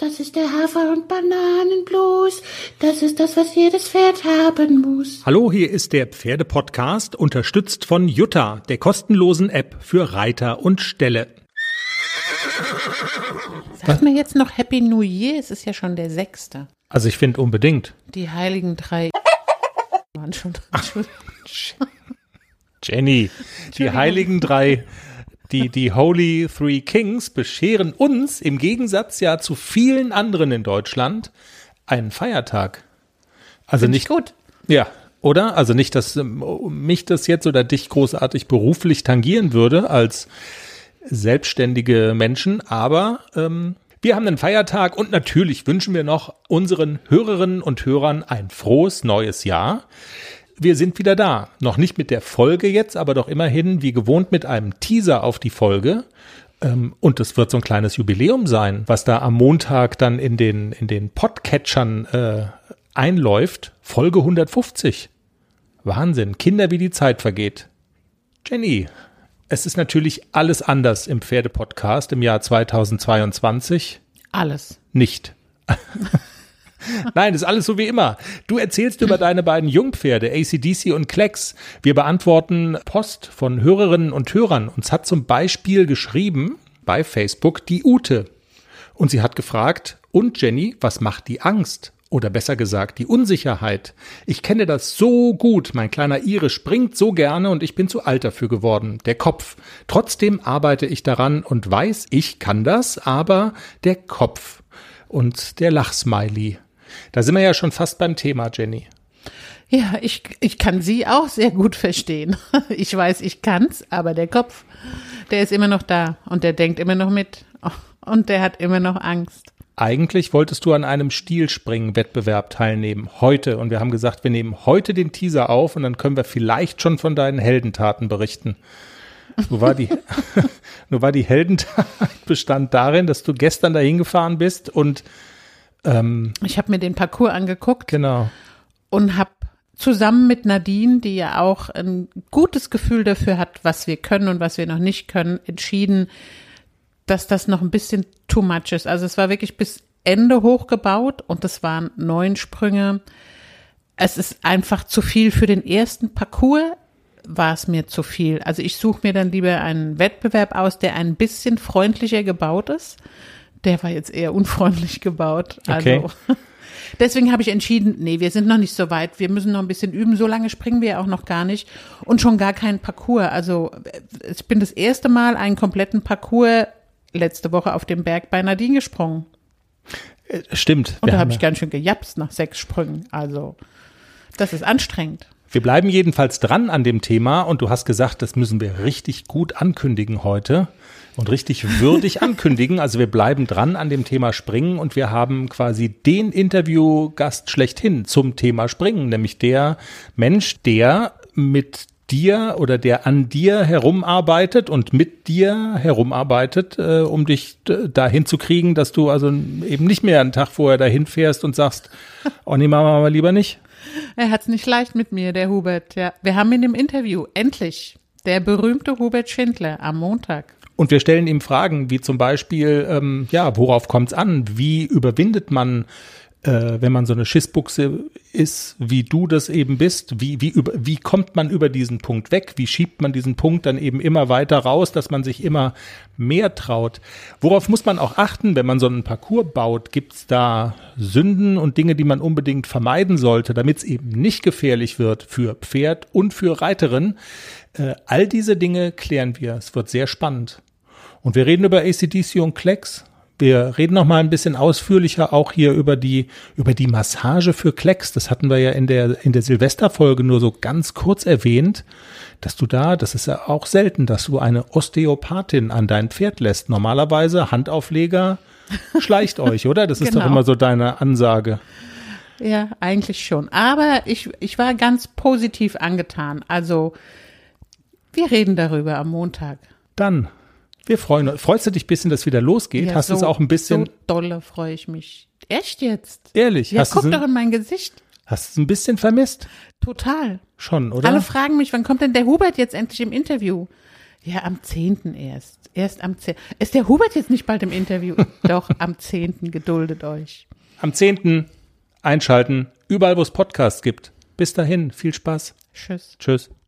Das ist der Hafer- und Bananenblues. Das ist das, was jedes Pferd haben muss. Hallo, hier ist der Pferdepodcast, unterstützt von Jutta, der kostenlosen App für Reiter und Ställe. Sagt mir jetzt noch Happy New Year? Es ist ja schon der 6. Also ich finde unbedingt. Die heiligen drei waren schon. Jenny, die heiligen drei, die Holy Three Kings bescheren uns im Gegensatz ja zu vielen anderen in Deutschland einen Feiertag. Also Find nicht ich gut. Ja, oder? Also nicht, dass mich das jetzt oder dich großartig beruflich tangieren würde als selbstständige Menschen, aber wir haben einen Feiertag und natürlich wünschen wir noch unseren Hörerinnen und Hörern ein frohes neues Jahr. Wir sind wieder da. Noch nicht mit der Folge jetzt, aber doch immerhin wie gewohnt mit einem Teaser auf die Folge. Und es wird so ein kleines Jubiläum sein, was da am Montag dann in den Podcatchern einläuft. Folge 150. Wahnsinn. Kinder, wie die Zeit vergeht. Jenny, es ist natürlich alles anders im Pferdepodcast im Jahr 2022. Alles. Nicht. Nein, das ist alles so wie immer. Du erzählst über deine beiden Jungpferde, AC/DC und Klecks. Wir beantworten Post von Hörerinnen und Hörern. Uns hat zum Beispiel geschrieben bei Facebook die Ute. Und sie hat gefragt, und Jenny, was macht die Angst? Oder besser gesagt, die Unsicherheit. Ich kenne das so gut. Mein kleiner Ire springt so gerne und ich bin zu alt dafür geworden. Der Kopf. Trotzdem arbeite ich daran und weiß, ich kann das, aber der Kopf. Und der Lachsmiley. Da sind wir ja schon fast beim Thema, Jenny. Ja, ich kann sie auch sehr gut verstehen. Ich weiß, ich kann's, aber der Kopf, der ist immer noch da und der denkt immer noch mit und der hat immer noch Angst. Eigentlich wolltest du an einem Stilspringen-Wettbewerb teilnehmen, heute. Und wir haben gesagt, wir nehmen heute den Teaser auf und dann können wir vielleicht schon von deinen Heldentaten berichten. Nur war die Heldentat bestand darin, dass du gestern dahin gefahren bist und ich habe mir den Parcours angeguckt. Genau. Und habe zusammen mit Nadine, die ja auch ein gutes Gefühl dafür hat, was wir können und was wir noch nicht können, entschieden, dass das noch ein bisschen too much ist. Also es war wirklich bis Ende hochgebaut und es waren 9 Sprünge. Es ist einfach zu viel für den ersten Parcours. War es mir zu viel. Also ich suche mir dann lieber einen Wettbewerb aus, der ein bisschen freundlicher gebaut ist. Der war jetzt eher unfreundlich gebaut. Also okay. Deswegen habe ich entschieden, nee, wir sind noch nicht so weit. Wir müssen noch ein bisschen üben. So lange springen wir auch noch gar nicht und schon gar keinen Parcours. Also ich bin das erste Mal einen kompletten Parcours letzte Woche auf dem Berg bei Nadine gesprungen. Stimmt. Und da habe ich ganz schön gejapst nach 6 Sprüngen. Also das ist anstrengend. Wir bleiben jedenfalls dran an dem Thema und du hast gesagt, das müssen wir richtig gut ankündigen heute und richtig würdig ankündigen. Also wir bleiben dran an dem Thema Springen und wir haben quasi den Interviewgast schlechthin zum Thema Springen, nämlich der Mensch, der mit dir oder der an dir herumarbeitet und mit dir herumarbeitet, um dich dahin zu kriegen, dass du also eben nicht mehr einen Tag vorher dahin fährst und sagst, oh nee, machen wir mal lieber nicht. Er hat's nicht leicht mit mir, der Hubert. Ja, wir haben ihn im Interview, endlich, der berühmte Hubert Schindler am Montag. Und wir stellen ihm Fragen, wie zum Beispiel, worauf kommt's an? Wie überwindet man, wenn man so eine Schissbuchse ist, wie du das eben bist? Wie kommt man über diesen Punkt weg? Wie schiebt man diesen Punkt dann eben immer weiter raus, dass man sich immer mehr traut? Worauf muss man auch achten, wenn man so einen Parcours baut? Gibt's da Sünden und Dinge, die man unbedingt vermeiden sollte, damit es eben nicht gefährlich wird für Pferd und für Reiterin? All diese Dinge klären wir. Es wird sehr spannend. Und wir reden über AC/DC und Klecks. Wir reden noch mal ein bisschen ausführlicher auch hier über die Massage für Klecks. Das hatten wir ja in der Silvesterfolge nur so ganz kurz erwähnt, dass du das ist ja auch selten, dass du eine Osteopathin an dein Pferd lässt. Normalerweise Handaufleger schleicht euch, oder? Das ist Genau. Doch immer so deine Ansage. Ja, eigentlich schon. Aber ich war ganz positiv angetan. Also wir reden darüber am Montag. Dann, wir freuen uns. Freust du dich ein bisschen, dass wieder losgeht? Ja, hast du es auch ein bisschen? So dolle freue ich mich. Echt jetzt? Ehrlich? Ja, guck doch in mein Gesicht. Hast du es ein bisschen vermisst? Total. Schon, oder? Alle fragen mich, wann kommt denn der Hubert jetzt endlich im Interview? Ja, am 10. erst. Erst am 10. Ist der Hubert jetzt nicht bald im Interview? Doch, am 10. Geduldet euch. Am 10. einschalten, überall wo es Podcasts gibt. Bis dahin, viel Spaß. Tschüss. Tschüss.